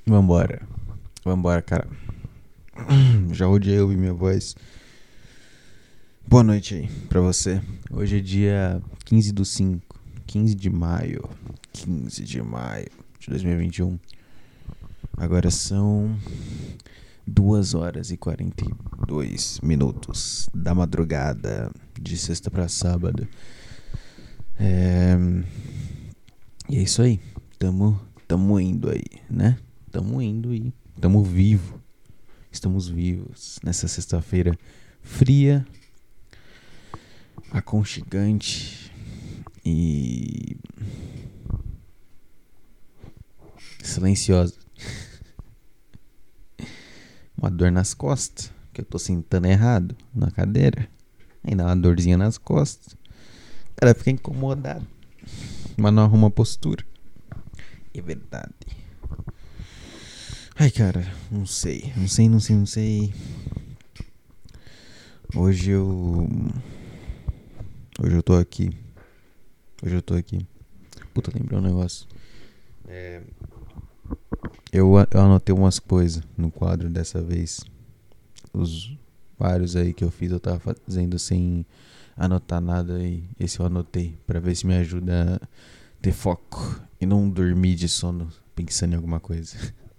Vambora. Vambora, cara. Já odiei ouvir minha voz. Boa noite aí pra você. Hoje é dia 15 do 5. 15 de maio. 15 de maio de 2021. Agora são 2 horas e 42 minutos da madrugada de sexta pra sábado. E é isso aí. Tamo indo aí, né? Tamo indo e tamo vivo. Estamos vivos nessa sexta-feira fria, aconchegante e silenciosa. Uma dor nas costas, que eu tô sentando errado na cadeira. Aí dá uma dorzinha nas costas. O cara fica incomodado, mas não arruma postura. É verdade. Ai, cara, não sei. Hoje eu tô aqui. Puta, lembrei um negócio. Eu anotei umas coisas no quadro dessa vez. Os vários aí que eu fiz, eu tava fazendo sem anotar nada. E esse eu anotei pra ver se me ajuda a ter foco e não dormir de sono pensando em alguma coisa.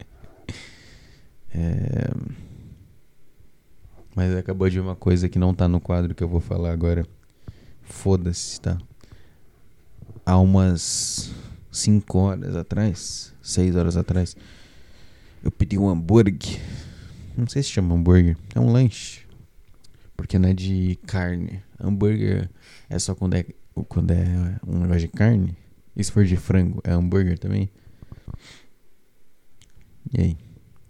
Mas acabou de vir uma coisa que não tá no quadro que eu vou falar agora. Foda-se, tá? Há umas 5 horas atrás, 6 horas atrás, eu pedi um hambúrguer. Não sei se chama hambúrguer, é um lanche. Porque não é de carne. Hambúrguer é só quando é um negócio de carne. E se for de frango, é hambúrguer também? E aí?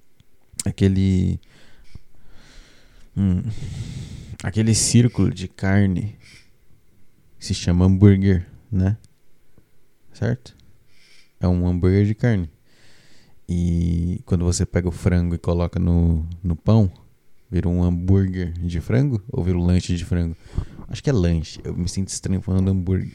Aquele círculo de carne se chama hambúrguer, né? Certo? É um hambúrguer de carne. E quando você pega o frango e coloca no pão, vira um hambúrguer de frango ou vira um lanche de frango? Acho que é lanche. Eu me sinto estranho falando hambúrguer.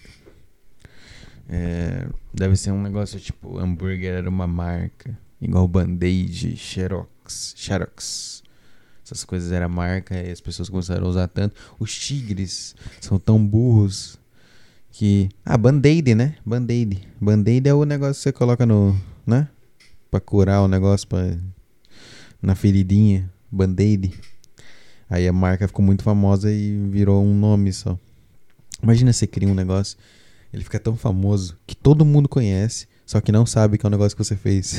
Deve ser um negócio tipo, hambúrguer era uma marca. Igual Band-Aid, Xerox. Essas coisas eram marca e as pessoas começaram a usar tanto. Os tigres são tão burros que... Band-Aid, né? Band-Aid. Band-Aid é o negócio que você coloca no... né? Pra curar o negócio na feridinha. Band-Aid. Aí a marca ficou muito famosa e virou um nome só. Imagina você cria um negócio, ele fica tão famoso que todo mundo conhece, só que não sabe que é um negócio que você fez.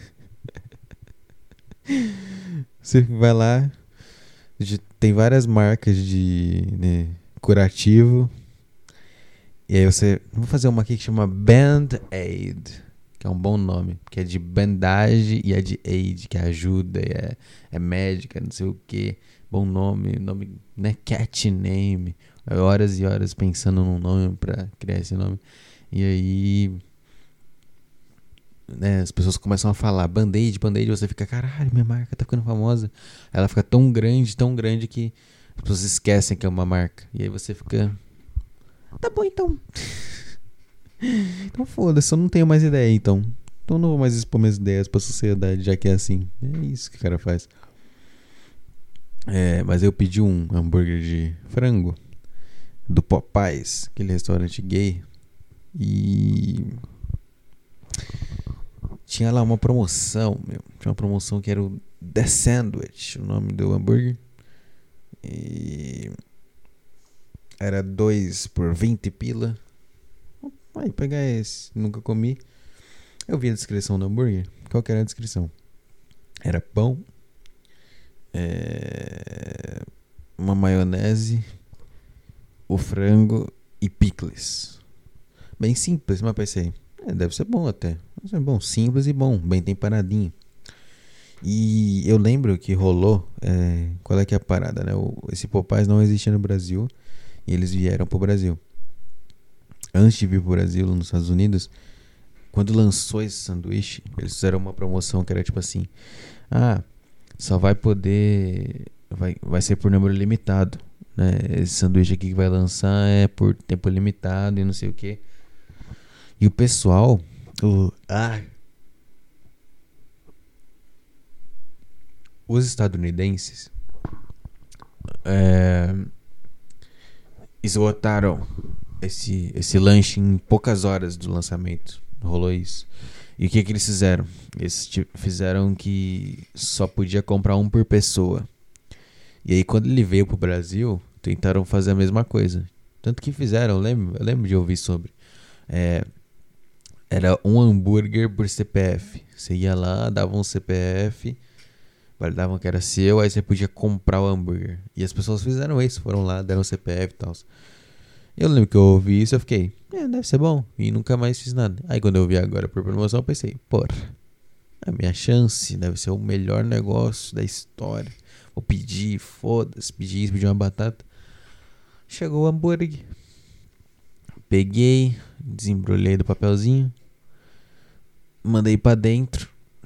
Você vai lá, tem várias marcas de curativo. E aí vou fazer uma aqui que chama Band-Aid, que é um bom nome, que é de bandagem e é de aid, que é ajuda, é médica, não sei o que. Bom nome, né? Cat name. Horas e horas pensando num nome pra criar esse nome. E aí, né, as pessoas começam a falar Band-Aid, você fica, caralho, minha marca tá ficando famosa. Ela fica tão grande que as pessoas esquecem que é uma marca. E aí você fica, tá bom então. Então foda-se, eu não tenho mais ideia então. Então não vou mais expor minhas ideias pra sociedade, já que é assim. É isso que o cara faz. Mas eu pedi um hambúrguer de frango do Popeyes, aquele restaurante gay. E tinha lá uma promoção, meu. Tinha uma promoção que era o The Sandwich, o nome do hambúrguer. E era 2 por 20 pila. Vai pegar esse, nunca comi. Eu vi a descrição do hambúrguer. Qual que era a descrição? Era pão, uma maionese, o frango e picles. Bem simples, mas pensei, deve ser bom até. Deve ser bom, simples e bom, bem temperadinho. E eu lembro que rolou, qual é que é a parada, né? Esse Popeyes não existia no Brasil e eles vieram pro Brasil. Antes de vir pro Brasil, nos Estados Unidos, quando lançou esse sanduíche, eles fizeram uma promoção que era tipo assim, só vai poder, vai ser por número limitado, né? Esse sanduíche aqui que vai lançar é por tempo limitado e não sei o que. E o pessoal, os estadunidenses é, esgotaram esse lanche em poucas horas do lançamento. Rolou isso. E o que eles fizeram? Eles fizeram que só podia comprar um por pessoa. E aí quando ele veio pro Brasil, tentaram fazer a mesma coisa. Tanto que fizeram, eu lembro de ouvir sobre. Era um hambúrguer por CPF. Você ia lá, dava um CPF, validavam que era seu, aí você podia comprar o hambúrguer. E as pessoas fizeram isso, foram lá, deram o CPF e tal. Eu lembro que eu ouvi isso, eu fiquei, deve ser bom. E nunca mais fiz nada. Aí quando eu vi agora por promoção, eu pensei, porra, a minha chance deve ser o melhor negócio da história. Vou pedir, foda-se, pedir isso, pedir uma batata. Chegou o hambúrguer. Peguei, desembrulhei do papelzinho, mandei pra dentro.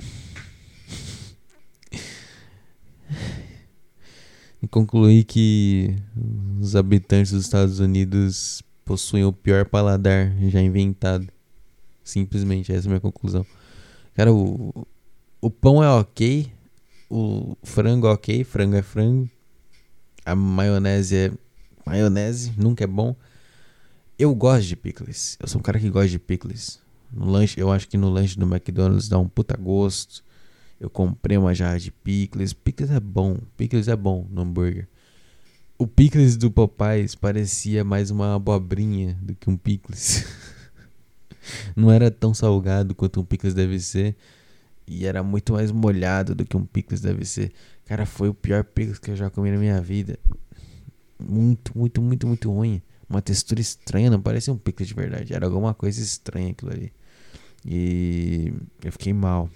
E concluí que os habitantes dos Estados Unidos possuem o pior paladar já inventado. Simplesmente, essa é a minha conclusão. Cara, o pão é ok, o frango é ok, frango é frango. A maionese é maionese, nunca é bom. Eu gosto de picles, eu sou um cara que gosta de picles. No lanche, eu acho que no lanche do McDonald's dá um puta gosto. Eu comprei uma jarra de picles. Picles é bom no hambúrguer. O picles do Popeyes parecia mais uma abobrinha do que um picles. Não era tão salgado quanto um picles deve ser. E era muito mais molhado do que um picles deve ser. Cara, foi o pior picles que eu já comi na minha vida. Muito, muito, muito, muito ruim. Uma textura estranha, não parecia um picles de verdade. Era alguma coisa estranha aquilo ali. E eu fiquei mal.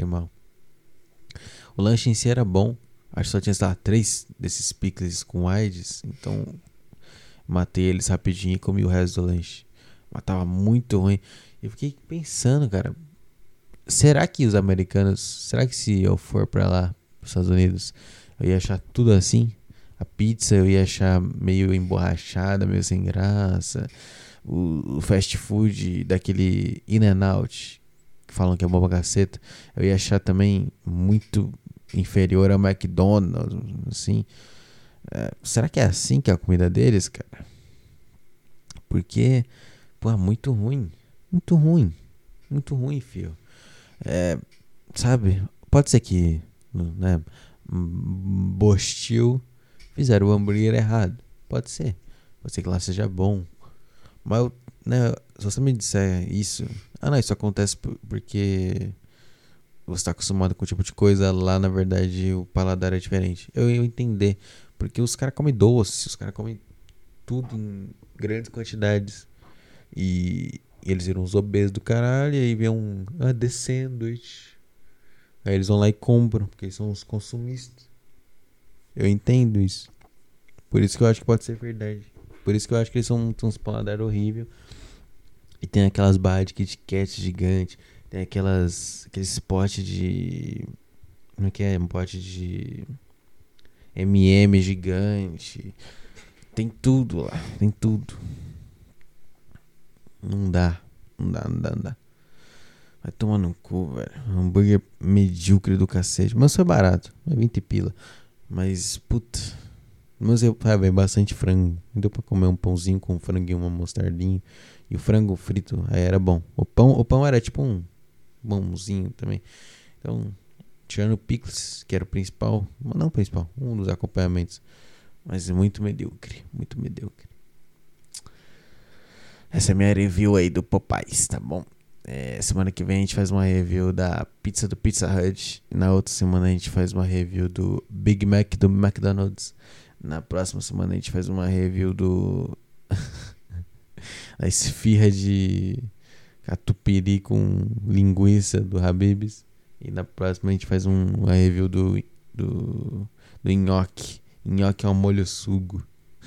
O lanche em si era bom. Acho que só tinha, sei lá, 3 desses picles com AIDS. Então matei eles rapidinho e comi o resto do lanche. Mas tava muito ruim. Eu fiquei pensando, cara, será que os americanos, será que se eu for pra lá, pros Estados Unidos, eu ia achar tudo assim? A pizza eu ia achar meio emborrachada, meio sem graça. O fast food daquele In-N-Out, que falam que é bom pra caceta, eu ia achar também muito inferior ao McDonald's, assim. Será que é assim que é a comida deles, cara? Porque, pô, é muito ruim. Muito ruim. Muito ruim, fio. Sabe? Pode ser que, né, Bostil fizeram o hambúrguer errado. Pode ser. Pode ser que lá seja bom. Mas, né, se você me disser isso... não, isso acontece porque você está acostumado com o tipo de coisa. Lá, na verdade, o paladar é diferente. Eu ia entender. Porque os caras comem doce. Os caras comem tudo em grandes quantidades. E eles viram uns obesos do caralho. E aí vem The Sandwich. Aí eles vão lá e compram. Porque eles são os consumistas. Eu entendo isso. Por isso que eu acho que pode ser verdade. Por isso que eu acho que eles são uns paladar horrível. E tem aquelas barras de Kit Kat gigante. Tem aqueles potes de... Como é que é? Um pote de M&M gigante. Tem tudo lá. Tem tudo. Não dá. Vai tomar no cu, velho. Hambúrguer medíocre do cacete. Mas foi barato. É 20 pila. Mas, puta... Mas eu veio bastante frango. Deu pra comer um pãozinho com frango e uma mostardinha. E o frango frito aí era bom. O pão era tipo um pãozinho também. Então, tirando o picles, que era o principal. Mas não o principal, um dos acompanhamentos. Mas muito medíocre. Muito medíocre. Essa é a minha review aí do Popeyes, tá bom? Semana que vem a gente faz uma review da pizza do Pizza Hut. E na outra semana a gente faz uma review do Big Mac do McDonald's. Na próxima semana a gente faz uma review da esfirra de catupiry com linguiça do Habib's. E na próxima a gente faz uma review do nhoque. Nhoque é um molho sugo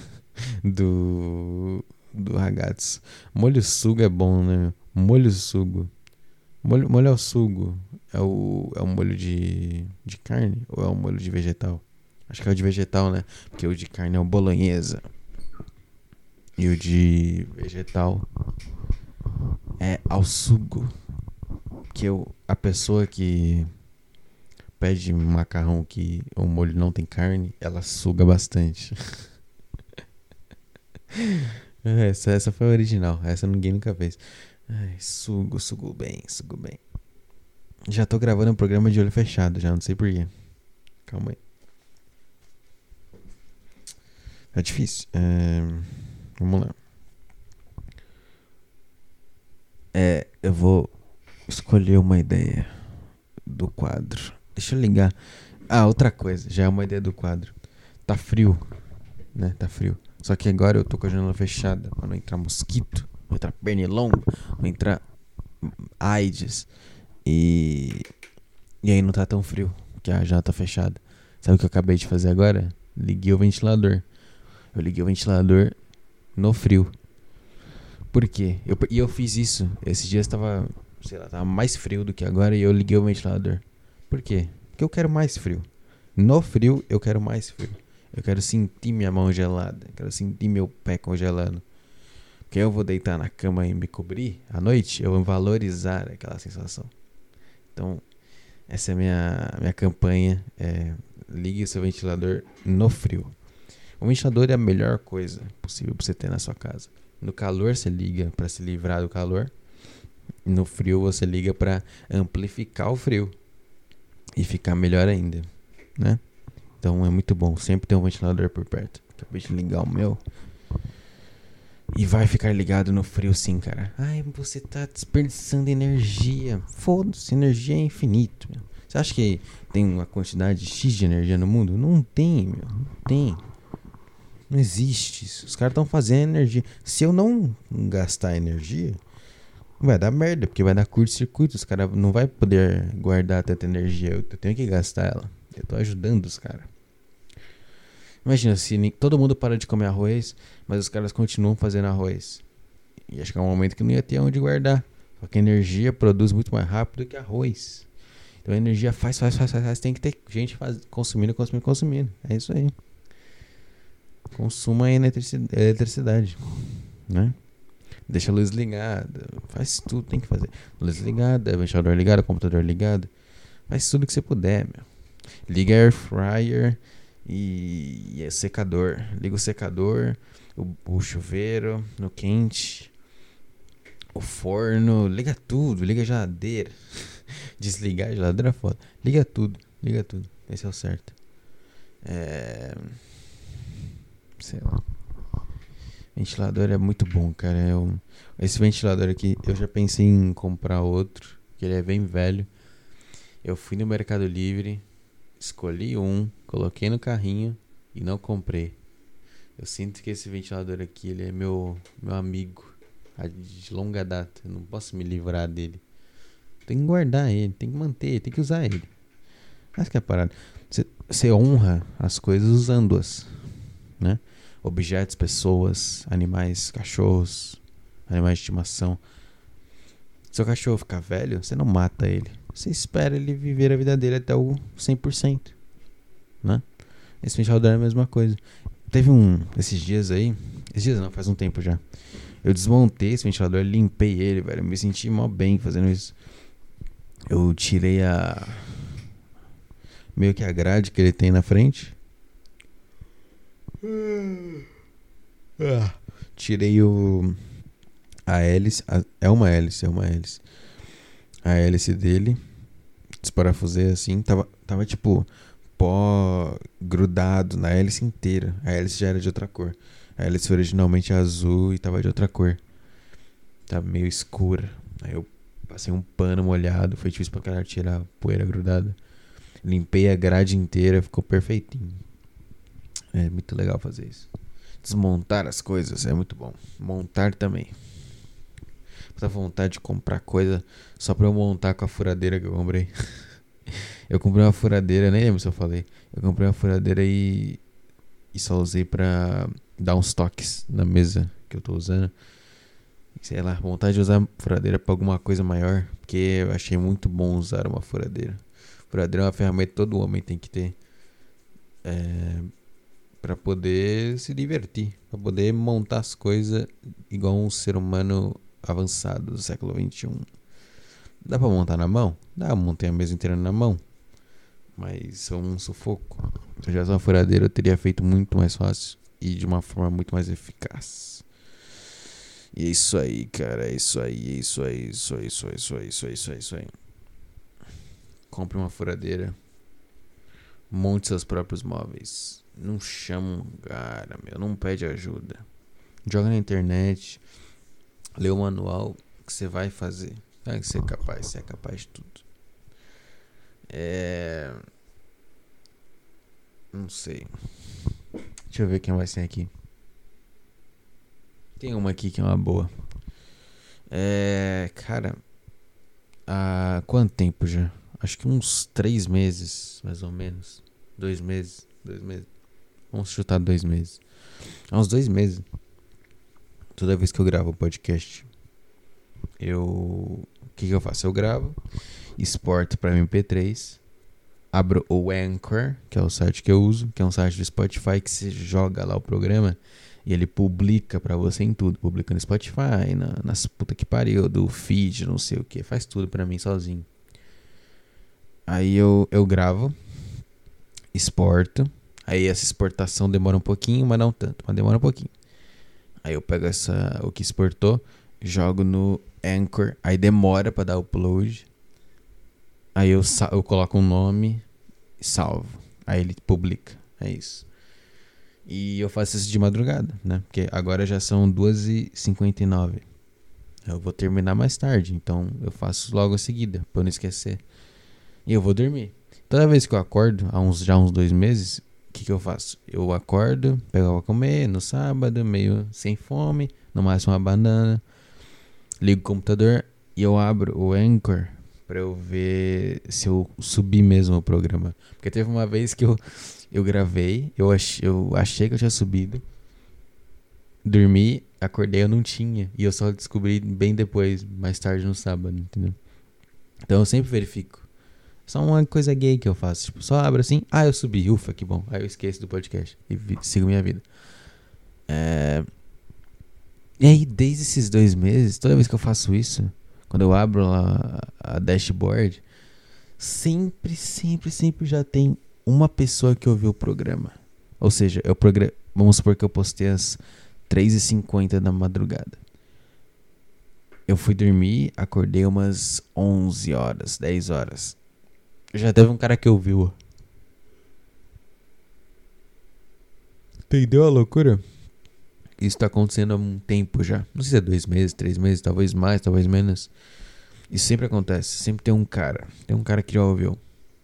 do ragazzo. Molho sugo é bom, né? Molho sugo. Molho é o sugo. É o molho de carne ou é o molho de vegetal? Acho que é o de vegetal, né? Porque o de carne é o bolonhesa. E o de vegetal é ao sugo. Que a pessoa que pede um macarrão que o molho não tem carne, ela suga bastante. Essa foi a original. Essa ninguém nunca fez. Ai, sugo bem, sugo bem. Já tô gravando um programa de olho fechado, já não sei porquê. Calma aí. É difícil. Vamos lá. Eu vou escolher uma ideia do quadro. Deixa eu ligar. Outra coisa. Já é uma ideia do quadro. Tá frio, né? Tá frio. Só que agora eu tô com a janela fechada pra não entrar mosquito, não entrar pernilongo, não entrar AIDS. E aí não tá tão frio, porque a janela tá fechada. Sabe o que eu acabei de fazer agora? Liguei o ventilador. Eu liguei o ventilador no frio. Por quê? Eu fiz isso. Esses dias tava, sei lá, tava mais frio do que agora e eu liguei o ventilador. Por quê? Porque eu quero mais frio. No frio, eu quero mais frio. Eu quero sentir minha mão gelada. Eu quero sentir meu pé congelando. Porque eu vou deitar na cama e me cobrir à noite, eu vou valorizar aquela sensação. Então, essa é a minha campanha. Ligue o seu ventilador no frio. O ventilador é a melhor coisa possível pra você ter na sua casa. No calor você liga pra se livrar do calor. No frio você liga pra amplificar o frio. E ficar melhor ainda, né? Então é muito bom. Sempre ter um ventilador por perto. Acabei de ligar o meu. E vai ficar ligado no frio sim, cara. Ai, você tá desperdiçando energia. Foda-se, energia é infinito, meu. Você acha que tem uma quantidade X de energia no mundo? Não tem, meu. Não tem. Não existe isso. Os caras estão fazendo energia. Se eu não gastar energia, vai dar merda, porque vai dar curto-circuito. Os caras não vão poder guardar tanta energia. Eu tenho que gastar ela. Eu tô ajudando os caras. Imagina se todo mundo para de comer arroz, mas os caras continuam fazendo arroz. Ia chegar um momento que não ia ter onde guardar. Só que a energia produz muito mais rápido que arroz. Então a energia faz. Tem que ter gente consumindo. É isso aí. Consuma a eletricidade, né? Deixa a luz ligada. Faz tudo, tem que fazer. Luz ligada, ventilador ligado, computador ligado. Faz tudo que você puder, meu. Liga air fryer e secador. Liga o secador, o chuveiro no quente, o forno, liga tudo, liga a geladeira. Desligar a geladeira é foda. Liga tudo. Esse é o certo. Sei lá. Ventilador é muito bom, cara. Esse ventilador aqui, eu já pensei em comprar outro, que ele é bem velho. Eu fui no Mercado Livre, escolhi coloquei no carrinho e não comprei. Eu sinto que esse ventilador aqui, ele é meu amigo de longa data. Eu não posso me livrar dele. Tem que guardar ele, tem que manter, tem que usar ele. Essa que é a parada. Você honra as coisas usando-as, né? Objetos, pessoas, animais, cachorros, animais de estimação. Seu cachorro ficar velho, você não mata ele. Você espera ele viver a vida dele até o 100%, né? Esse ventilador é a mesma coisa. Teve esses dias aí, esses dias não, faz um tempo já. Eu desmontei esse ventilador, limpei ele, velho. Eu me senti mó bem fazendo isso. Eu tirei meio que a grade que ele tem na frente. Tirei a hélice. É uma hélice. A hélice dele. Desparafusei assim. Tava tipo pó grudado na hélice inteira. A hélice já era de outra cor. A hélice originalmente azul e tava de outra cor. Tava meio escura. Aí eu passei um pano molhado. Foi difícil pra caralho tirar a poeira grudada. Limpei a grade inteira. Ficou perfeitinho. É muito legal fazer isso. Desmontar as coisas é muito bom. Montar também. Muita vontade de comprar coisa só pra eu montar com a furadeira que eu comprei. Eu comprei uma furadeira, nem lembro se eu falei. Eu comprei uma furadeira e só usei pra dar uns toques na mesa que eu tô usando. Sei lá, vontade de usar furadeira pra alguma coisa maior. Porque eu achei muito bom usar uma furadeira. Furadeira é uma ferramenta que todo homem tem que ter. Pra poder se divertir. Pra poder montar as coisas igual um ser humano avançado do século XXI. Dá pra montar na mão? Dá, eu montei a mesa inteira na mão. mas é um sufoco. Se eu já sou uma furadeira, eu teria feito muito mais fácil e de uma forma muito mais eficaz. E é isso aí, cara. É isso aí, é isso aí, isso aí, isso aí, isso aí, isso aí, isso aí, isso aí. Compre uma furadeira. Monte seus próprios móveis. Não chama um cara, meu. Não pede ajuda. Joga na internet. Lê o manual que você vai fazer. Sabe que você é capaz. Você é capaz de tudo. Não sei. Deixa eu ver quem vai ser aqui. Tem uma aqui que é uma boa. Cara. Há quanto tempo já? Acho que uns 3 meses, mais ou menos. 2 meses. 2 meses. Vamos chutar 2 meses. Há uns 2 meses. Toda vez que eu gravo o podcast, o que eu faço? Eu gravo, exporto para MP3, abro o Anchor, que é o site que eu uso, que é um site do Spotify que você joga lá o programa e ele publica pra você em tudo. Publica no Spotify, nas puta que pariu, do feed, não sei o que. Faz tudo pra mim sozinho. Aí eu gravo, exporto. Aí essa exportação demora um pouquinho, mas não tanto, mas demora um pouquinho. Aí eu pego o que exportou, jogo no Anchor, aí demora pra dar upload. Aí eu coloco um nome e salvo. Aí ele publica. É isso. E eu faço isso de madrugada, né? Porque agora já são 2h59. Eu vou terminar mais tarde, então eu faço logo a seguida, pra eu não esquecer. E eu vou dormir. Toda vez que eu acordo, há uns 2 meses, o que eu faço? Eu acordo, pego algo pra comer no sábado, meio sem fome, no máximo uma banana. Ligo o computador e eu abro o Anchor pra eu ver se eu subi mesmo o programa. Porque teve uma vez que eu gravei, eu achei que eu tinha subido, dormi, acordei, eu não tinha. E eu só descobri bem depois, mais tarde no sábado, entendeu? Então eu sempre verifico. Só uma coisa gay que eu faço. Tipo, só abro assim, eu subi, ufa, que bom. Aí eu esqueço do podcast e sigo minha vida. E aí, desde esses 2 meses, toda vez que eu faço isso, quando eu abro lá a dashboard, sempre já tem uma pessoa que ouviu o programa. Ou seja, vamos supor que eu postei às 3h50 da madrugada. Eu fui dormir, acordei umas 11 horas, 10 horas. Já teve um cara que ouviu. Entendeu a loucura? Isso tá acontecendo há um tempo já. Não sei se é 2 meses, 3 meses, talvez mais, talvez menos. Isso sempre acontece. Sempre tem um cara. Tem um cara que já ouviu.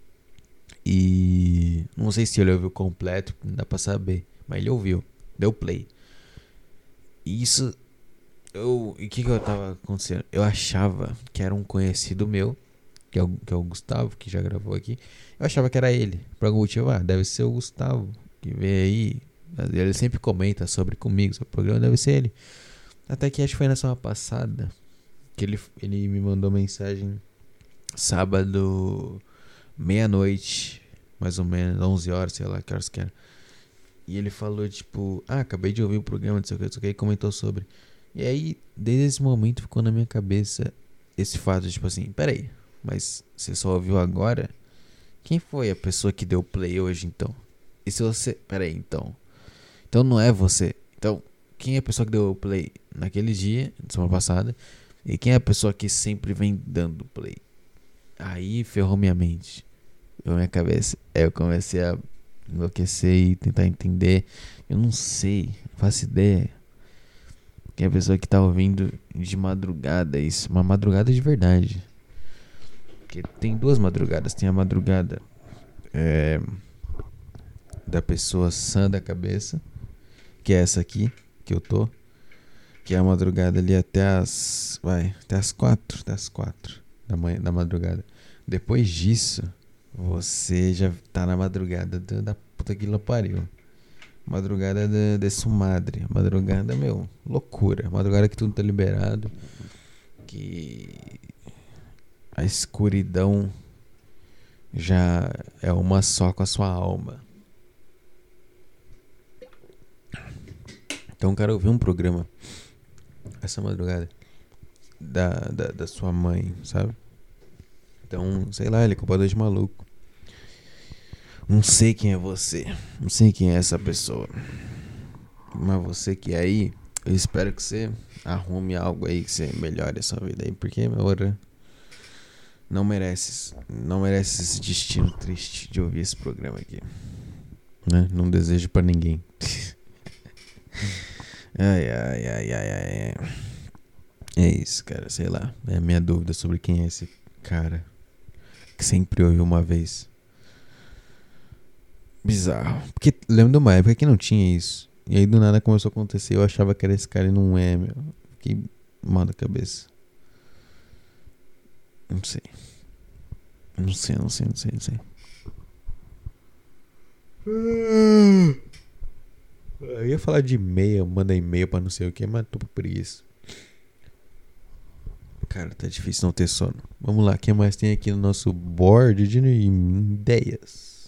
E não sei se ele ouviu completo, não dá pra saber. Mas ele ouviu. Deu play. E isso. E o que eu tava acontecendo? Eu achava que era um conhecido meu, que é o Gustavo, que já gravou aqui. Eu achava que era ele. Por algum motivo, deve ser o Gustavo, que veio aí. Ele sempre comenta sobre o programa, deve ser ele. Até que acho que foi na semana passada que ele me mandou mensagem sábado, meia-noite, mais ou menos, 11 horas, sei lá que horas que era. E ele falou, tipo, acabei de ouvir o programa, não sei o que, e comentou sobre. E aí, desde esse momento ficou na minha cabeça esse fato, tipo assim, peraí, mas você só ouviu agora? Quem foi a pessoa que deu play hoje, então? E se você... Peraí, então não é você. Então, quem é a pessoa que deu play naquele dia, semana passada? E quem é a pessoa que sempre vem dando play? Aí ferrou minha mente. Ferrou minha cabeça. Aí eu comecei a enlouquecer e tentar entender. Eu não sei, não faço ideia. Quem é a pessoa que tá ouvindo de madrugada isso? Uma madrugada de verdade. Porque tem 2 madrugadas. Tem a madrugada da pessoa sã da cabeça, que é essa aqui, que eu tô. Que é a madrugada ali até as 4 da manhã, da madrugada. Depois disso, você já tá na madrugada da puta que pariu. Madrugada de sua madre. Madrugada, loucura. Madrugada que tudo tá liberado. Que a escuridão já é uma só com a sua alma. Então, cara, eu vi um programa essa madrugada da sua mãe, sabe? Então, sei lá, ele é completamente maluco. Não sei quem é você. Não sei quem é essa pessoa. Mas você que é aí, eu espero que você arrume algo aí, que você melhore a sua vida aí. Porque, meu, ora, não mereces. Não mereces esse destino triste de ouvir esse programa aqui. Né? Não desejo pra ninguém. Ai, ai, ai, ai, ai. É isso, cara. Sei lá. É a minha dúvida sobre quem é esse cara que sempre ouve uma vez. Bizarro. Porque lembro de uma época que não tinha isso. E aí do nada começou a acontecer. Eu achava que era esse cara e não é, meu. Fiquei mal da cabeça. Não sei. Não sei, não sei, não sei, não sei. Eu ia falar de e-mail, manda e-mail pra não sei o que, mas tô por isso. Cara, tá difícil não ter sono. Vamos lá, o que mais tem aqui no nosso board de ideias?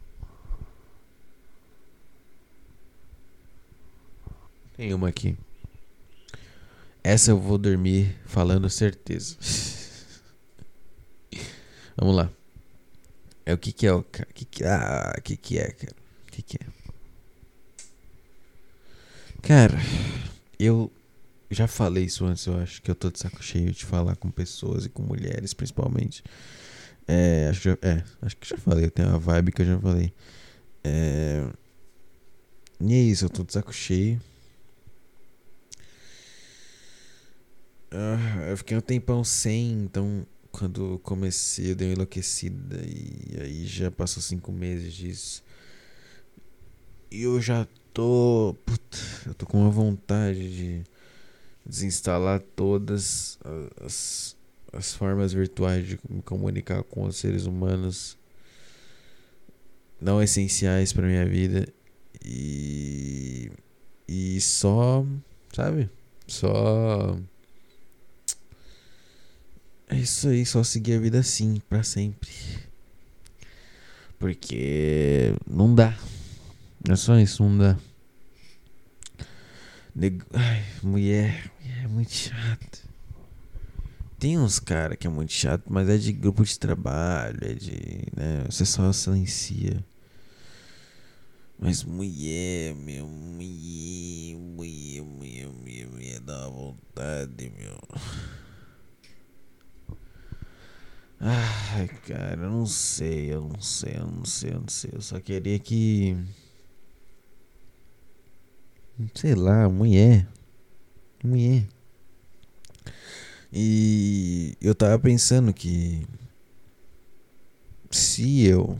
Tem uma aqui. Essa eu vou dormir falando certeza. Vamos lá. É o que que é o cara? O que que é, cara? O que que é? Cara, eu já falei isso antes, eu acho que eu tô de saco cheio de falar com pessoas e com mulheres, principalmente. Acho que já falei, eu tenho uma vibe que eu já falei. E é isso, eu tô de saco cheio. Eu fiquei um tempão sem, então quando comecei eu dei uma enlouquecida e aí já passou 5 meses disso. E eu já tô. Puta, eu tô com uma vontade de desinstalar todas as formas virtuais de me comunicar com os seres humanos não essenciais pra minha vida e. E só. Sabe? Só. É isso aí, só seguir a vida assim, pra sempre. Porque não dá. É só isso, não dá. Ai, mulher é muito chato. Tem uns cara que é muito chato, mas é de grupo de trabalho, é de, né, você só silencia. Mas mulher, meu, mulher, dá uma vontade, meu. Ai, cara, eu não sei, eu não sei, eu não sei, eu não sei. Eu só queria que, sei lá, mulher. E eu tava pensando que se eu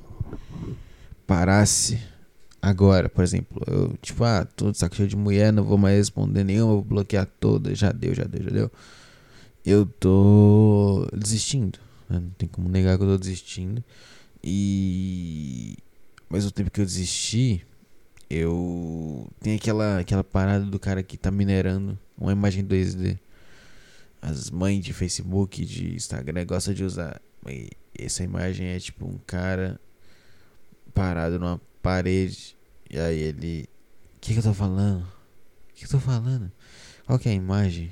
parasse agora, por exemplo, eu tipo, tô de saco cheio de mulher, não vou mais responder nenhuma, vou bloquear todas, já deu, já deu, já deu. Eu tô desistindo, né? Não tem como negar que eu tô desistindo. E ao mesmo tempo que eu desisti, eu tenho aquela parada do cara que tá minerando uma imagem 2D. As mães de Facebook, de Instagram gostam de usar. E essa imagem é tipo um cara parado numa parede. E aí ele. O que eu tô falando? O que eu tô falando? Qual que é a imagem?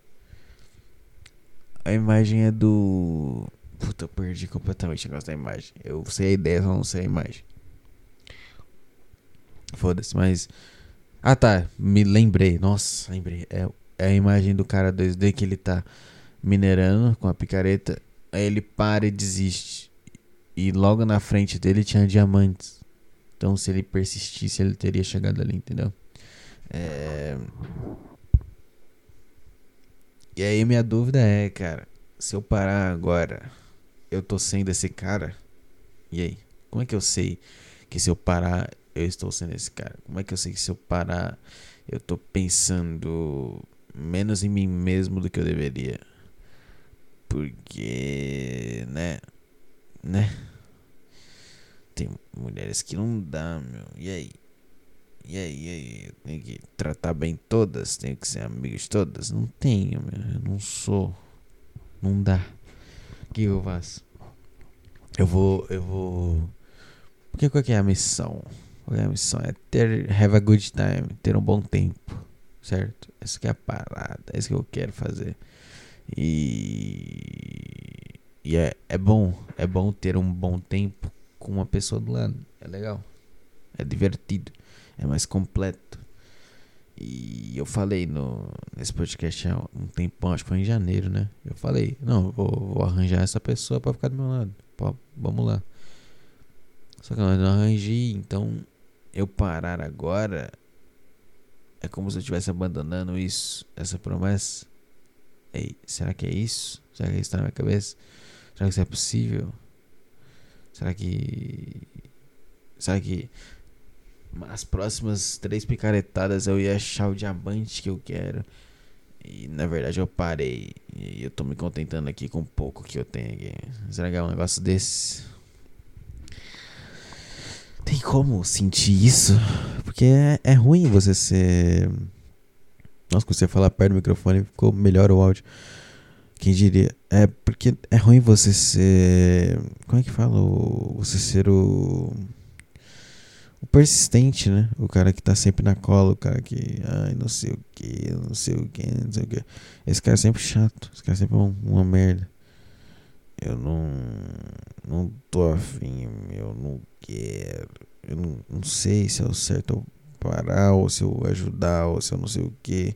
A imagem é do. Puta, eu perdi completamente o negócio da imagem. Eu sei a ideia, só não sei a imagem. Foda-se, mas. Ah tá, me lembrei. Nossa, lembrei. É a imagem do cara 2D que ele tá minerando com a picareta. Aí ele para e desiste. E logo na frente dele tinha diamantes. Então se ele persistisse, ele teria chegado ali, entendeu? É... E aí minha dúvida é, cara, se eu parar agora, eu tô sendo esse cara? E aí? Como é que eu sei que se eu parar, eu estou sendo esse cara? Como é que eu sei que se eu parar, eu tô pensando menos em mim mesmo do que eu deveria? Porque, né? Tem mulheres que não dá, meu. E aí? E aí? Eu tenho que tratar bem todas? Tenho que ser amigo de todas? Não tenho, meu. Eu não sou. Não dá. O que eu faço? Eu vou. Porque qual que é a missão? Qual é a missão? É have a good time, ter um bom tempo, certo? Essa que é a parada, é isso que eu quero fazer. E é bom ter um bom tempo com uma pessoa do lado. É legal. É divertido. É mais completo. E eu falei nesse podcast há um tempão, acho que foi em janeiro, né? Eu falei, não, eu vou arranjar essa pessoa pra ficar do meu lado. Pô, vamos lá. Só que eu não arranjei, então eu parar agora é como se eu estivesse abandonando isso, essa promessa. Ei, será que é isso? Será que isso tá na minha cabeça? Será que isso é possível? Será que. Será que as próximas 3 picaretadas eu ia achar o diamante que eu quero? E na verdade eu parei. E eu tô me contentando aqui com o pouco que eu tenho aqui. Será que é um negócio desse? Tem como sentir isso? Porque é ruim você ser. Nossa, quando você falar perto do microfone ficou melhor o áudio. Quem diria? É porque é ruim você ser. Como é que fala? Você ser o persistente, né? O cara que tá sempre na cola, o cara que. Ai, não sei o que, não sei o que, não sei o que. Esse cara é sempre chato. Esse cara é sempre uma merda. Eu não tô afim, eu não quero. Eu não sei se é o certo eu parar, ou se eu ajudar, ou se eu não sei o que.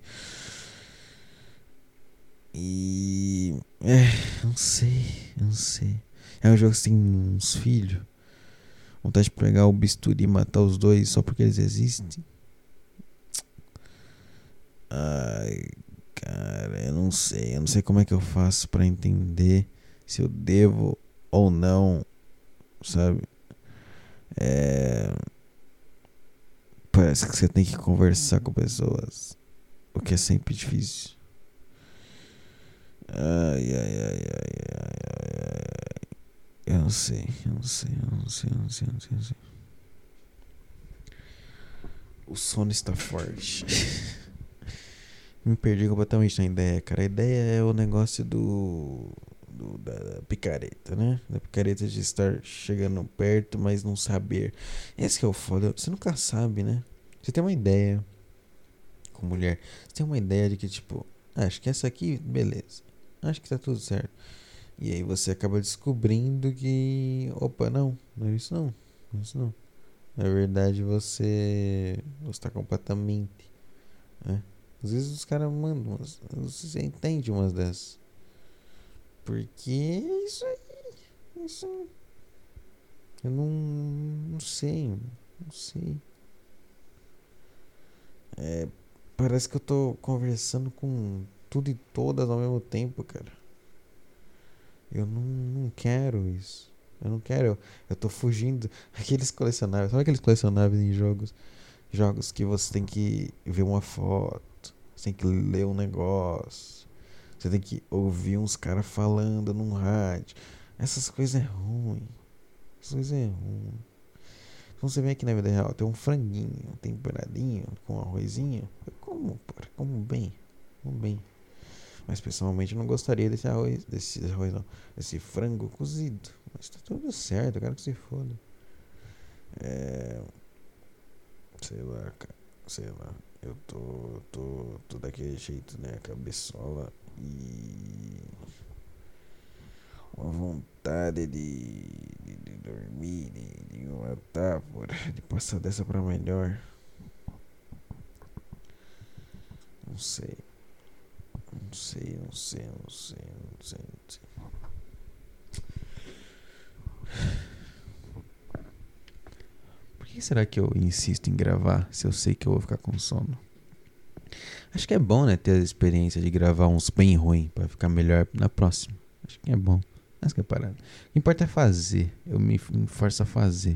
E. Não sei, não sei. É um jogo que você tem uns filhos. Vontade de pegar o bisturi e matar os dois só porque eles existem. Ai, cara, eu não sei. Eu não sei como é que eu faço pra entender se eu devo ou não, sabe? Parece que você tem que conversar com pessoas, o que é sempre difícil. Ai, ai, ai, ai, ai, ai, ai. Eu não sei, eu não sei, eu não sei, eu não sei, eu não sei, eu não sei. O sono está forte. Me perdi completamente na ideia, cara. A ideia é o negócio da picareta, né? Da picareta de estar chegando perto, mas não saber. Esse que é o foda. Você nunca sabe, né? Você tem uma ideia com mulher. Você tem uma ideia de que, tipo, acho que essa aqui, beleza. Acho que tá tudo certo. E aí você acaba descobrindo que, opa, não é isso não. Não é isso não. Na verdade, você tá completamente, né? Às vezes os caras mandam, você entende umas dessas. Porque é isso aí. Isso aí. Eu não sei. Não sei. É, parece que eu tô conversando com tudo e todas ao mesmo tempo, cara. Eu não quero isso. Eu não quero. Eu tô fugindo. Aqueles colecionáveis. Sabe aqueles colecionáveis em jogos? Jogos que você tem que ver uma foto. Você tem que ler um negócio. Você tem que ouvir uns caras falando num rádio. Essas coisas é ruim. Essas coisas é ruim. Então você vem aqui na vida real, tem um franguinho temperadinho com arrozinho. Eu como, porra, como bem. Como bem. Mas pessoalmente eu não gostaria desse arroz. Desse arroz não. Desse frango cozido. Mas tá tudo certo, eu quero que se foda. Sei lá, cara. Sei lá. Eu tô daquele jeito, né? Cabeçola e uma vontade de dormir, de matar, de passar dessa pra melhor. Não sei. Não sei, não sei, não sei, não sei, não sei. Por que será que eu insisto em gravar se eu sei que eu vou ficar com sono? Acho que é bom, né, ter a experiência de gravar uns bem ruim pra ficar melhor na próxima. Acho que é bom. Essa que é a parada. O que importa é fazer. Eu me forço a fazer.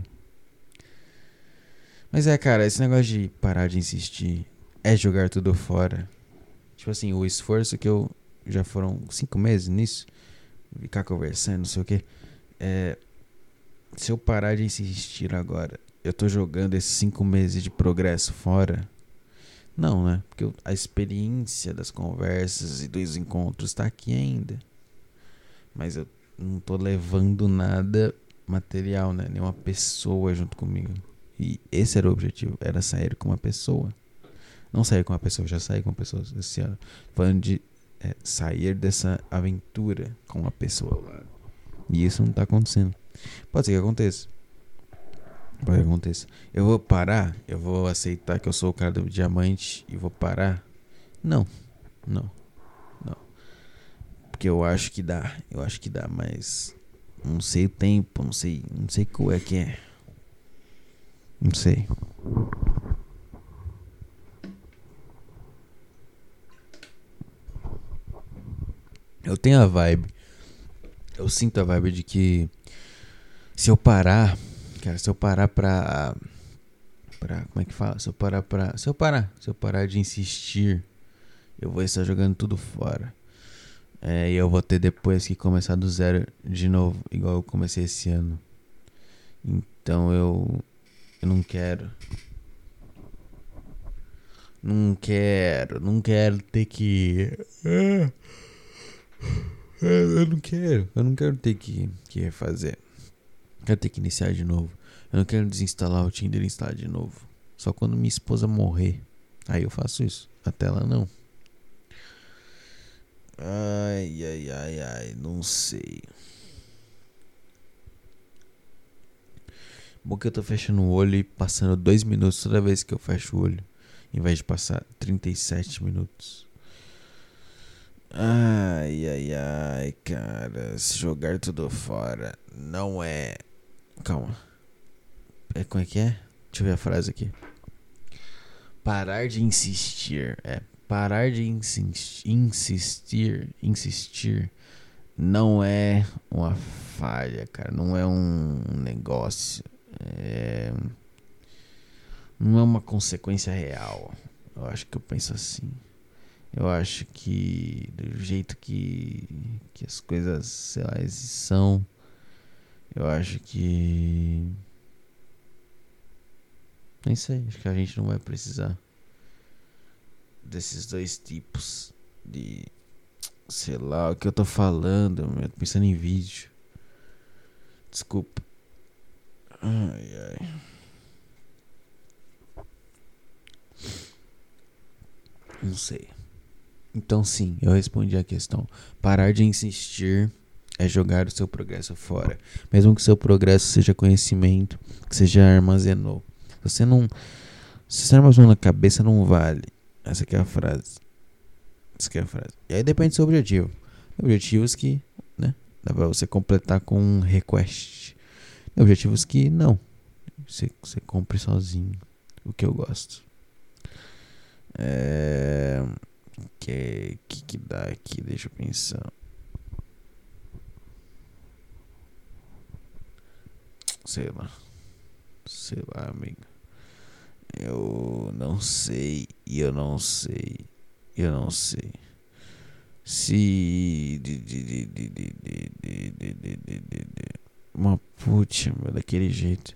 Mas cara, esse negócio de parar de insistir é jogar tudo fora. Tipo assim, o esforço que eu... Já foram 5 meses nisso. Ficar conversando, não sei o que. Se eu parar de insistir agora, eu tô jogando esses 5 meses de progresso fora? Não, né? Porque a experiência das conversas e dos encontros tá aqui ainda. Mas eu não tô levando nada material, né? Nenhuma pessoa junto comigo. E esse era o objetivo, era sair com uma pessoa. Não sair com uma pessoa, já saí com uma pessoa esse ano. Falando de sair dessa aventura com uma pessoa. E isso não tá acontecendo. Pode ser que aconteça. Pode acontecer. Eu vou parar? Eu vou aceitar que eu sou o cara do diamante e vou parar? Não, não, não. Porque eu acho que dá. Eu acho que dá, mas não sei o tempo, não sei qual é que é. Não sei. Eu tenho a vibe. Eu sinto a vibe de que se eu parar, cara, se eu parar pra como é que fala? Se eu parar de insistir, eu vou estar jogando tudo fora. E eu vou ter depois que começar do zero de novo, igual eu comecei esse ano. Então eu não quero. Não quero ter que. Eu não quero ter que refazer. Quero ter que iniciar de novo. Eu não quero desinstalar o Tinder e instalar de novo. Só quando minha esposa morrer. Aí eu faço isso. Até lá não. Ai, não sei. Bom que eu tô fechando o olho e passando 2 minutos toda vez que eu fecho o olho. Em vez de passar 37 minutos. Ai, cara. Se jogar tudo fora não é. Calma. Como é que é? Deixa eu ver a frase aqui. Parar de insistir. Parar de insistir não é uma falha, cara. Não é um negócio. Não é uma consequência real. Eu acho que eu penso assim. Eu acho que do jeito que as coisas, sei lá, são, eu acho que. Nem sei, acho que a gente não vai precisar desses dois tipos de. Sei lá o que eu tô falando, eu tô pensando em vídeo. Desculpa. Ai. Não sei. Então sim, eu respondi a questão. Parar de insistir é jogar o seu progresso fora. Mesmo que o seu progresso seja conhecimento que você já armazenou. Se você armazenou na cabeça, não vale. Essa aqui é a frase. E aí depende do seu objetivo. Objetivos que, né, dá pra você completar com um request. Objetivos que não. Você compre sozinho. O que eu gosto. Que dá aqui? Deixa eu pensar. Sei lá, amigo. Eu não sei. Se uma putz, meu, daquele jeito.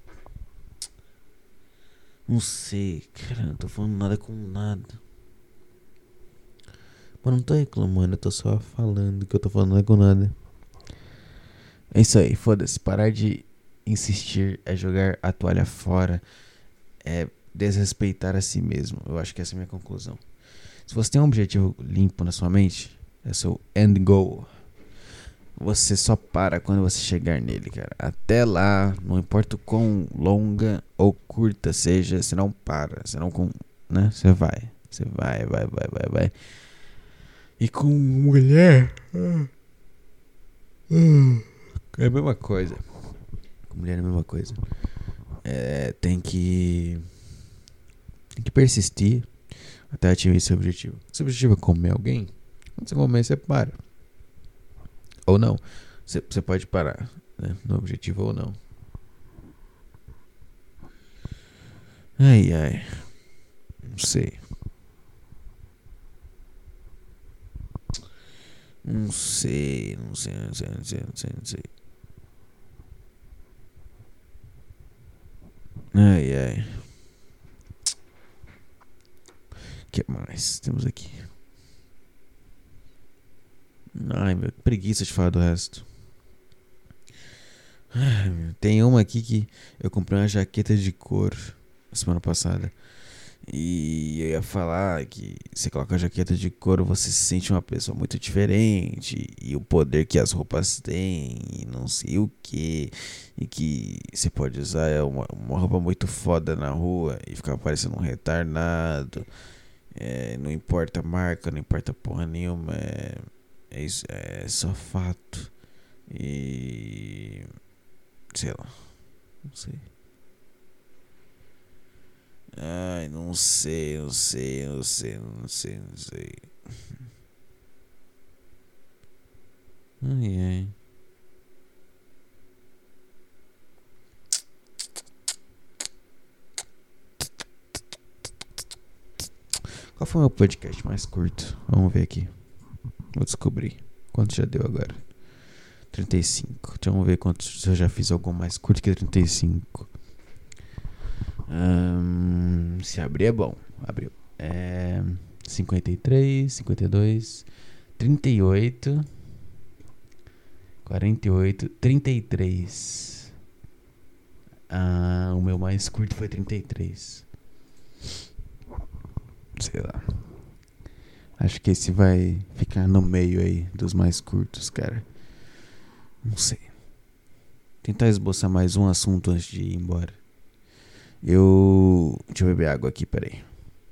Não sei, cara, não tô falando nada com nada. Mas não tô reclamando, eu tô só falando que eu tô falando nada com nada. É isso aí, foda-se. Parar de insistir é jogar a toalha fora. É desrespeitar a si mesmo. Eu acho que essa é a minha conclusão. Se você tem um objetivo limpo na sua mente, é seu end goal. Você só para quando você chegar nele, cara. Até lá, não importa o quão longa ou curta seja, você não para. Você não, né? Você vai. Você vai. E com mulher é a mesma coisa. Com mulher é a mesma coisa. Tem que persistir até atingir seu objetivo. Se o objetivo é comer alguém, quando você comer, você para. Ou não. Você pode parar, né? No objetivo ou não. Ai. Não sei. Não sei. Ai. O que mais temos aqui? Ai, meu, que preguiça de falar do resto. Tem uma aqui que eu comprei uma jaqueta de couro semana passada. E eu ia falar que você coloca a jaqueta de couro, você se sente uma pessoa muito diferente. E o poder que as roupas têm, e não sei o que. E que você pode usar uma roupa muito foda na rua e ficar parecendo um retardado. Não importa a marca, não importa porra nenhuma. É isso, é só fato. E. Sei lá, não sei. Ai, não sei, não sei, não sei, não sei, não sei. Ai, ai. Qual foi o meu podcast mais curto? Vamos ver aqui. Vou descobrir. Quanto já deu agora? 35. Então vamos ver quanto, se eu já fiz algum mais curto que 35. Se abrir é bom. Abriu. 53, 52, 38, 48, 33. O meu mais curto foi 33. Sei lá. Acho que esse vai ficar no meio aí dos mais curtos, cara. Não sei. Tentar esboçar mais um assunto antes de ir embora. Deixa eu beber água aqui, peraí.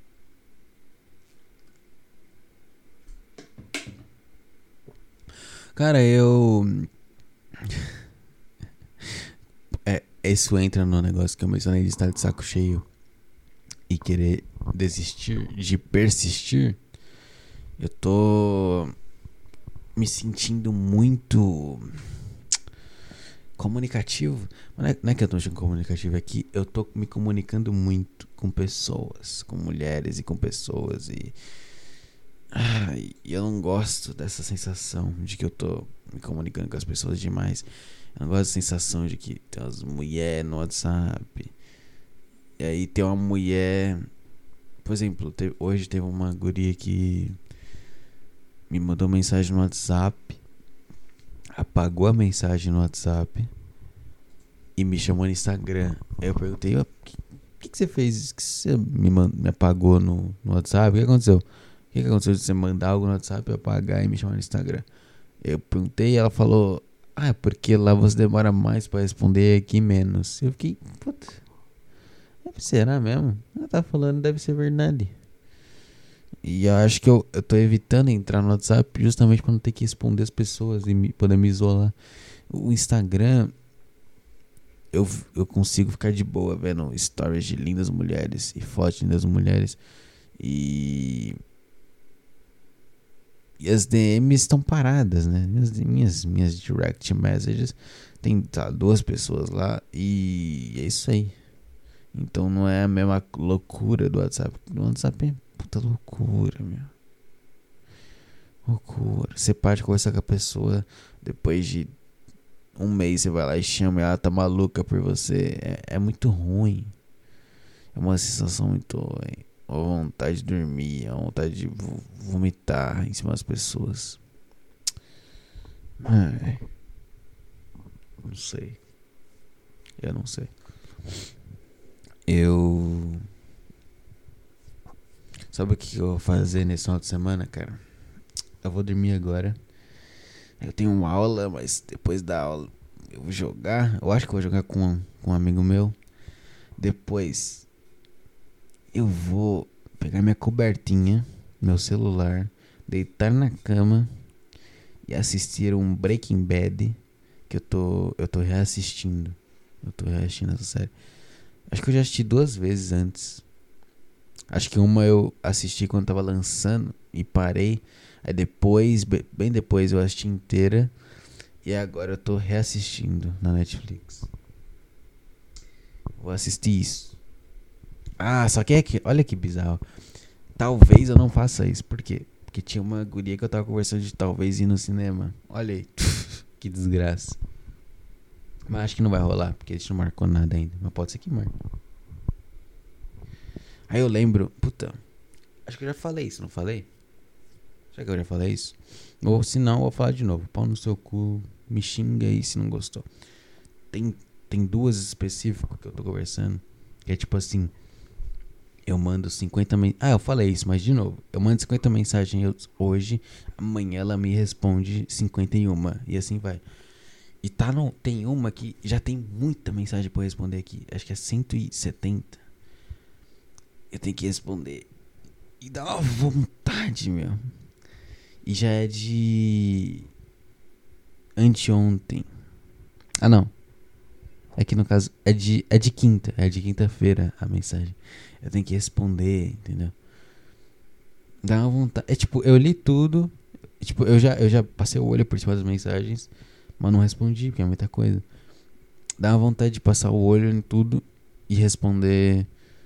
Cara, isso entra no negócio que eu mencionei de estar de saco cheio e querer desistir, de persistir. Eu tô me sentindo muito comunicativo. Não é que eu tô sendo comunicativo, é que eu tô me comunicando muito com pessoas, com mulheres e com pessoas. E eu não gosto dessa sensação de que eu tô me comunicando com as pessoas demais. Eu não gosto da sensação de que tem umas mulheres no WhatsApp. E aí tem uma mulher. Por exemplo, hoje teve uma guria que me mandou mensagem no WhatsApp, apagou a mensagem no WhatsApp e me chamou no Instagram. Aí eu perguntei: o que você fez? Que você me apagou no WhatsApp? O que aconteceu? O que aconteceu de você mandar algo no WhatsApp, apagar e me chamar no Instagram? Eu perguntei e ela falou: é porque lá você demora mais pra responder, aqui menos. Eu fiquei: puta, será mesmo? Ela tá falando, deve ser verdade. E eu acho que eu tô evitando entrar no WhatsApp justamente pra não ter que responder as pessoas e poder me isolar. O Instagram, eu consigo ficar de boa vendo stories de lindas mulheres e fotos de lindas mulheres. E as DMs estão paradas, né? Minhas direct messages tem duas pessoas lá e é isso aí. Então não é a mesma loucura do WhatsApp. O WhatsApp é puta loucura, meu. Loucura. Você parte conversar com a pessoa, depois de um mês você vai lá e chama e ela tá maluca por você. É muito ruim. É uma sensação muito ruim. A vontade de dormir, a vontade de vomitar em cima das pessoas. Não sei. Eu não sei. Sabe o que eu vou fazer nesse final de semana, cara? Eu vou dormir agora. Eu tenho uma aula, mas depois da aula eu vou jogar. Eu acho que eu vou jogar com um amigo meu. Depois eu vou pegar minha cobertinha, meu celular, deitar na cama e assistir um Breaking Bad que eu tô reassistindo. Eu tô reassistindo essa série. Acho que eu já assisti 2 vezes antes. Acho que uma eu assisti quando tava lançando e parei. Aí depois, bem depois eu assisti inteira. E agora eu tô reassistindo na Netflix. Vou assistir isso. Só que olha que bizarro. Talvez eu não faça isso. Por quê? Porque tinha uma guria que eu tava conversando de talvez ir no cinema. Olha aí. Que desgraça. Mas acho que não vai rolar, porque a gente não marcou nada ainda. Mas pode ser que marque. Aí eu lembro, puta, acho que eu já falei isso, não falei? Será que eu já falei isso? Ou se não, eu vou falar de novo. Pau no seu cu, me xinga aí se não gostou. Tem 2 específicas que eu tô conversando. Que é tipo assim, Eu mando 50 mensagens. Eu falei isso, mas de novo. Eu mando 50 mensagens hoje. Amanhã ela me responde 51. E assim vai. E tem uma que já tem muita mensagem pra eu responder aqui. Acho que é 170. Eu tenho que responder. E dá uma vontade, meu. E já é de anteontem. Não. É que no caso é de quinta. É de quinta-feira a mensagem. Eu tenho que responder, entendeu? Dá uma vontade. É tipo, eu li tudo. Tipo, eu já passei o olho por cima das mensagens. Mas não respondi, porque é muita coisa. Dá uma vontade de passar o olho em tudo e responder.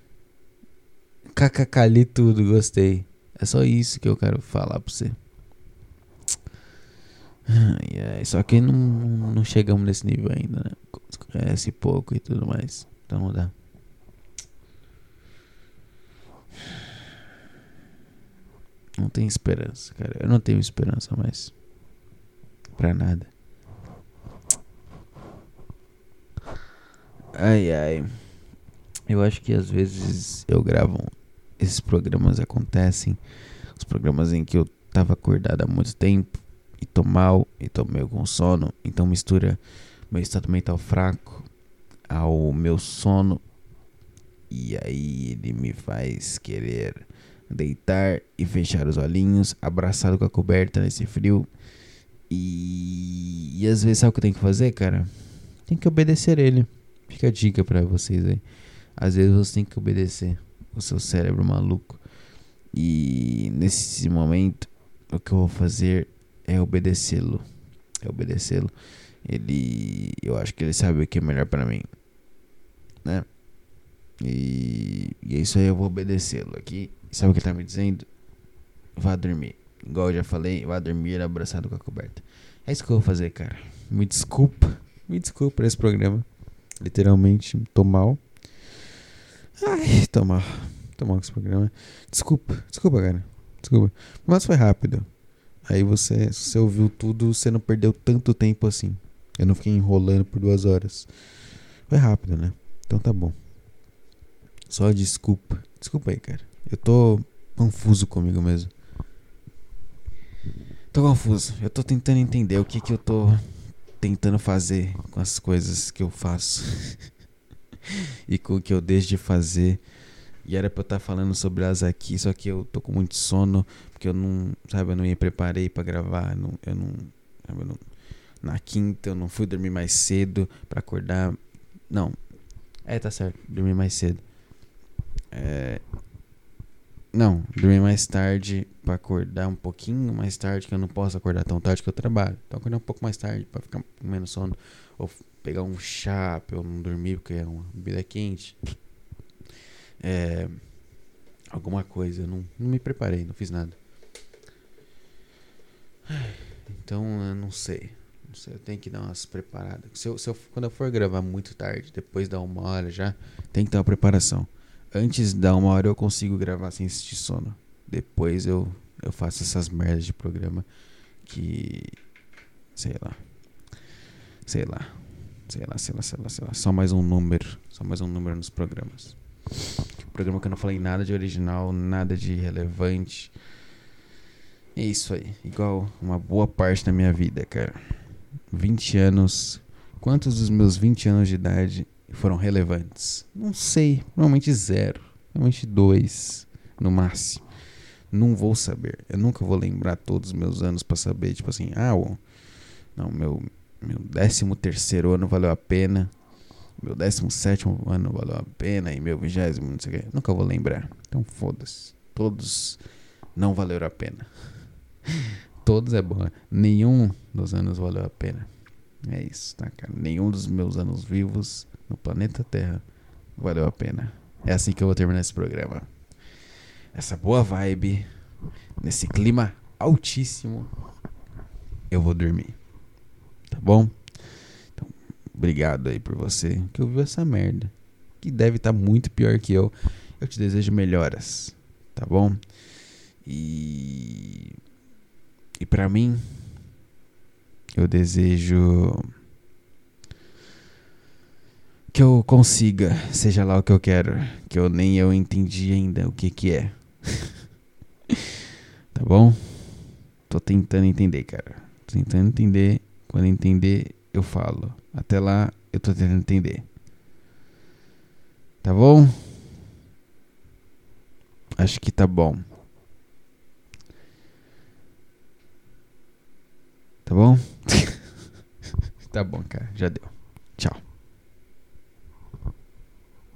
KKK, li tudo, gostei. É só isso que eu quero falar pra você. Só que não chegamos nesse nível ainda, né? Conhece pouco e tudo mais. Então não dá. Não tem esperança, cara. Eu não tenho esperança mais. Pra nada. Ai. Eu acho que às vezes eu gravo. Esses programas acontecem. Os programas em que eu tava acordado há muito tempo. E tô mal. E tô meio com sono. Então mistura meu estado mental fraco ao meu sono. E aí ele me faz querer deitar e fechar os olhinhos, abraçado com a coberta nesse frio. E às vezes sabe o que eu tenho que fazer, cara? Tem que obedecer ele. Fica a dica pra vocês aí. Às vezes você tem que obedecer o seu cérebro maluco. E nesse momento, o que eu vou fazer é obedecê-lo. Eu acho que ele sabe o que é melhor pra mim, né? E é isso aí, eu vou obedecê-lo aqui. Sabe o que ele tá me dizendo? Vá dormir. Igual eu já falei, vá dormir abraçado com a coberta. É isso que eu vou fazer, cara. Me desculpa por esse programa. Literalmente, tô mal. Tô mal com esse programa. Desculpa, cara. Desculpa. Mas foi rápido. Aí se você ouviu tudo, você não perdeu tanto tempo assim. Eu não fiquei enrolando por 2 horas. Foi rápido, né? Então tá bom. Só desculpa. Desculpa aí, cara. Eu tô confuso comigo mesmo. Tô confuso. Eu tô tentando entender o que eu tô tentando fazer com as coisas que eu faço. E com o que eu deixo de fazer. E era pra eu estar falando sobre elas aqui, só que eu tô com muito sono, porque eu não me preparei pra gravar, na quinta eu não fui dormir mais cedo pra acordar. Não, tá certo, dormir mais cedo. Não, dormir mais tarde pra acordar um pouquinho mais tarde, que eu não posso acordar tão tarde que eu trabalho. Então acordar um pouco mais tarde pra ficar com menos sono. Ou pegar um chá pra eu não dormir, porque é uma bebida quente. Alguma coisa, eu não me preparei, não fiz nada. Então eu não sei, eu tenho que dar umas preparadas. Quando eu for gravar muito tarde, depois da 1 hora já, tem que ter uma preparação. Antes da 1 hora eu consigo gravar sem sentir sono. Depois eu faço essas merdas de programa que, sei lá. Só mais um número nos programas. Programa que eu não falei nada de original, nada de relevante. É isso aí, igual uma boa parte da minha vida, cara. 20 anos. Quantos dos meus 20 anos de idade foram relevantes? Não sei, provavelmente 0. Provavelmente 2, no máximo. Não vou saber. Eu nunca vou lembrar todos os meus anos pra saber, tipo assim, meu 13º ano valeu a pena. Meu 17º ano valeu a pena. E meu 20º, não sei o que. Nunca vou lembrar. Então foda-se. Todos não valeram a pena. Todos é bom. Nenhum dos anos valeu a pena. É isso, tá, cara? Nenhum dos meus anos vivos no planeta Terra valeu a pena. É assim que eu vou terminar esse programa. Essa boa vibe, nesse clima altíssimo, eu vou dormir. Tá bom? Então, obrigado aí por você que ouviu essa merda. Que deve estar muito pior que eu. Eu te desejo melhoras. Tá bom? E pra mim, eu desejo Que eu consiga, seja lá o que eu quero, que eu nem eu entendi ainda o que é. Tá bom? Tô tentando entender, cara. Tô tentando entender. Quando entender, eu falo. Até lá, eu tô tentando entender. Tá bom? Acho que tá bom. Tá bom? Tá bom, cara. Já deu.